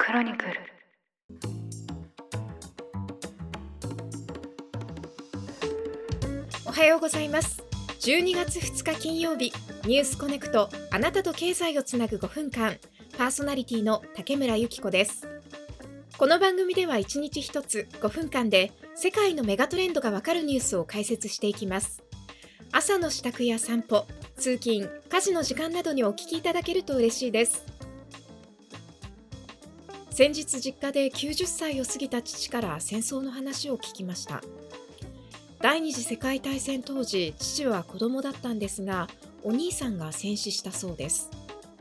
クロニクル。 おはようございます。12月2日金曜日、ニュースコネクト、あなたと経済をつなぐ5分間、パーソナリティの竹村由紀子です。この番組では1日1つ5分間で世界のメガトレンドがわかるニュースを解説していきます。朝の支度や散歩、通勤、家事の時間などにお聞きいただけると嬉しいです。先日実家で90歳を過ぎた父から戦争の話を聞きました。第二次世界大戦当時、父は子供だったんですが、お兄さんが戦死したそうです。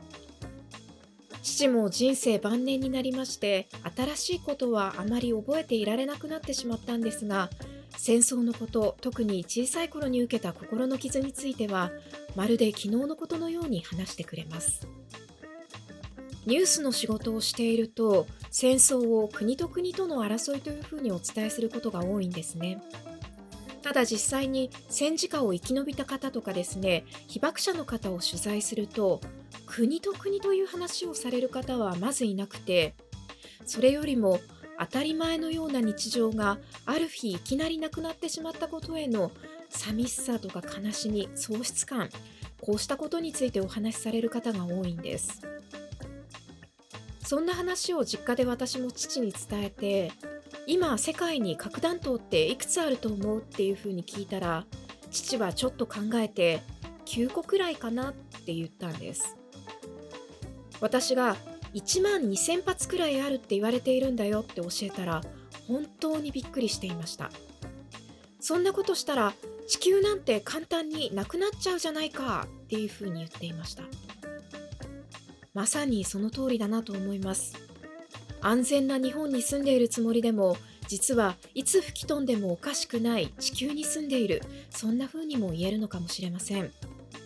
父も人生晩年になりまして、新しいことはあまり覚えていられなくなってしまったんですが、戦争のこと、特に小さい頃に受けた心の傷については、まるで昨日のことのように話してくれます。ニュースの仕事をしていると、戦争を国と国との争いというふうにお伝えすることが多いんですね。ただ実際に戦時下を生き延びた方とかですね、被爆者の方を取材すると、国と国という話をされる方はまずいなくて、それよりも当たり前のような日常がある日いきなりなくなってしまったことへの寂しさとか悲しみ、喪失感、こうしたことについてお話しされる方が多いんです。そんな話を実家で私も父に伝えて、今世界に核弾頭っていくつあると思うっていうふうに聞いたら、父はちょっと考えて9個くらいかなって言ったんです。私が1万2000発くらいあるって言われているんだよって教えたら、本当にびっくりしていました。そんなことしたら地球なんて簡単になくなっちゃうじゃないかっていうふうに言っていました。まさにその通りだなと思います。安全な日本に住んでいるつもりでも、実はいつ吹き飛んでもおかしくない地球に住んでいる、そんな風にも言えるのかもしれません。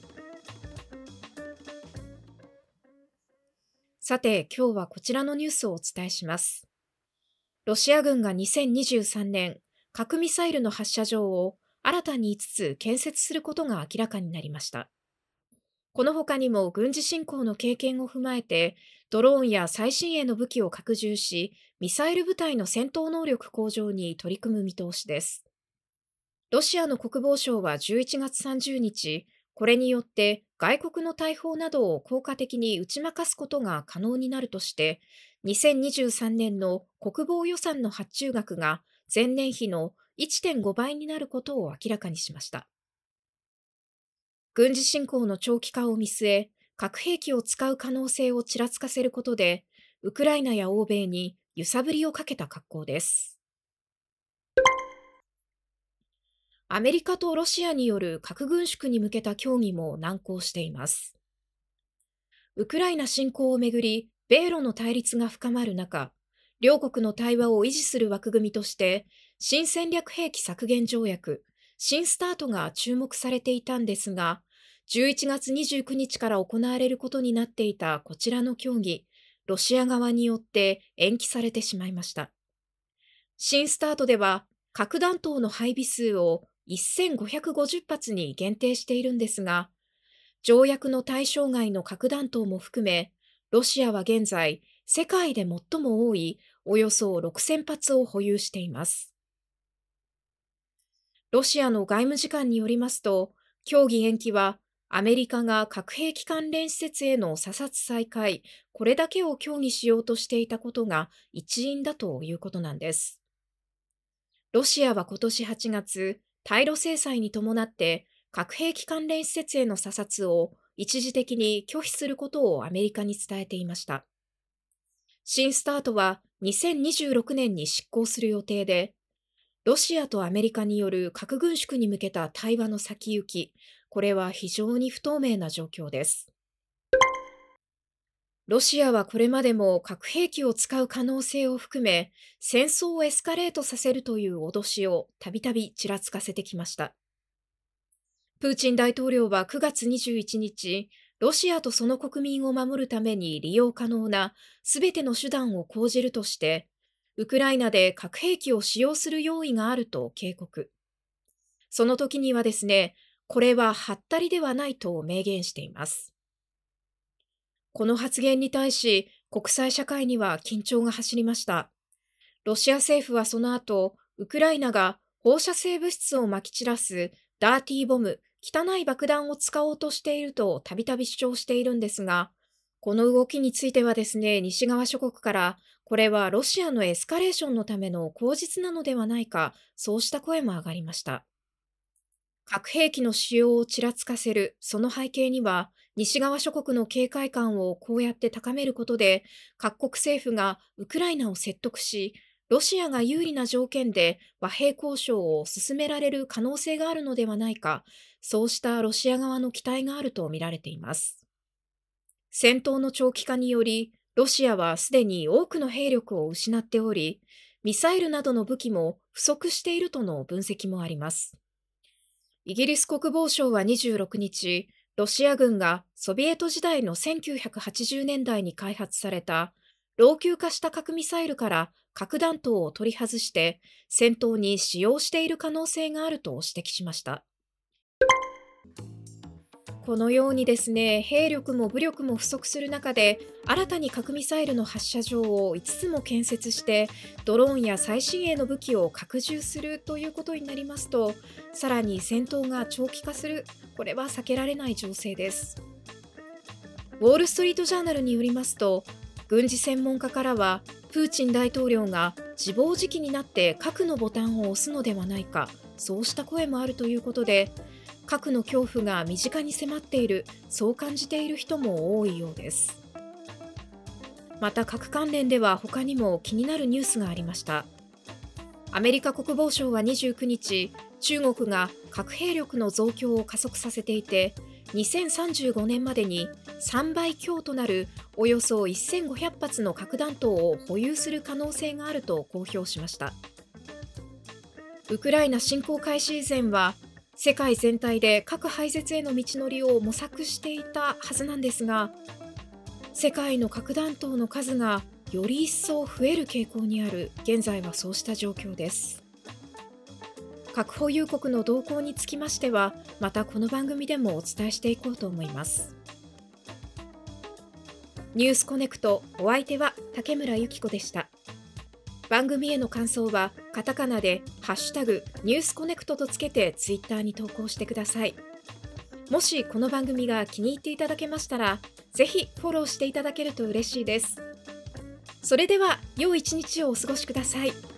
さて、今日はこちらのニュースをお伝えします。ロシア軍が2023年、核ミサイルの発射場を新たに5つ建設することが明らかになりました。この他にも軍事侵攻の経験を踏まえて、ドローンや最新鋭の武器を拡充し、ミサイル部隊の戦闘能力向上に取り組む見通しです。ロシアの国防省は11月30日、これによって外国の大砲などを効果的に打ち負かすことが可能になるとして、2023年の国防予算の発注額が前年比の 1.5 倍になることを明らかにしました。軍事侵攻の長期化を見据え、核兵器を使う可能性をちらつかせることで、ウクライナや欧米に揺さぶりをかけた格好です。アメリカとロシアによる核軍縮に向けた協議も難航しています。ウクライナ侵攻をめぐり、米ロの対立が深まる中、両国の対話を維持する枠組みとして、新戦略兵器削減条約、新スタートが注目されていたんですが、11月29日から行われることになっていたこちらの協議、ロシア側によって延期されてしまいました。新スタートでは、核弾頭の配備数を1550発に限定しているんですが、条約の対象外の核弾頭も含め、ロシアは現在、世界で最も多いおよそ6000発を保有しています。ロシアの外務次官によりますと、協議延期は、アメリカが核兵器関連施設への査察再開、これだけを協議しようとしていたことが一因だということなんです。ロシアは今年8月、対ロ制裁に伴って核兵器関連施設への査察を一時的に拒否することをアメリカに伝えていました。新スタートは2026年に執行する予定で、ロシアとアメリカによる核軍縮に向けた対話の先行き、これは非常に不透明な状況です。ロシアはこれまでも核兵器を使う可能性を含め、戦争をエスカレートさせるという脅しをたびたびちらつかせてきました。プーチン大統領は9月21日、ロシアとその国民を守るために利用可能なすべての手段を講じるとして、ウクライナで核兵器を使用する用意があると警告。その時にはですね、これははったりではないと明言しています。この発言に対し、 国際社会には緊張が走りました。ロシア政府はその後、ウクライナが放射性物質をまき散らすダーティーボム、汚い爆弾を使おうとしているとたびたび主張しているんですが、この動きについてはですね、西側諸国から、これはロシアのエスカレーションのための口実なのではないか、そうした声も上がりました。核兵器の使用をちらつかせる、その背景には、西側諸国の警戒感をこうやって高めることで、各国政府がウクライナを説得し、ロシアが有利な条件で和平交渉を進められる可能性があるのではないか、そうしたロシア側の期待があるとみられています。戦闘の長期化により、ロシアはすでに多くの兵力を失っており、ミサイルなどの武器も不足しているとの分析もあります。イギリス国防省は26日、ロシア軍がソビエト時代の1980年代に開発された老朽化した核ミサイルから核弾頭を取り外して戦闘に使用している可能性があると指摘しました。このようにですね、兵力も武力も不足する中で、新たに核ミサイルの発射場を5つも建設して、ドローンや最新鋭の武器を拡充するということになりますと、さらに戦闘が長期化する、これは避けられない情勢です。ウォール・ストリート・ジャーナルによりますと、軍事専門家からは、プーチン大統領が自暴自棄になって核のボタンを押すのではないか、そうした声もあるということで、核の恐怖が身近に迫っている、そう感じている人も多いようです。また核関連では他にも気になるニュースがありました。アメリカ国防省は29日、中国が核兵力の増強を加速させていて、2035年までに3倍強となるおよそ1500発の核弾頭を保有する可能性があると公表しました。ウクライナ侵攻開始以前は、世界全体で核廃絶への道のりを模索していたはずなんですが、世界の核弾頭の数がより一層増える傾向にある現在はそうした状況です。核保有国の動向につきましては、またこの番組でもお伝えしていこうと思います。ニュースコネクト、お相手は竹村由紀子でした。番組への感想はカタカナでハッシュタグニュースコネクトとつけてツイッターに投稿してください。もしこの番組が気に入っていただけましたら、ぜひフォローしていただけると嬉しいです。それでは良い一日をお過ごしください。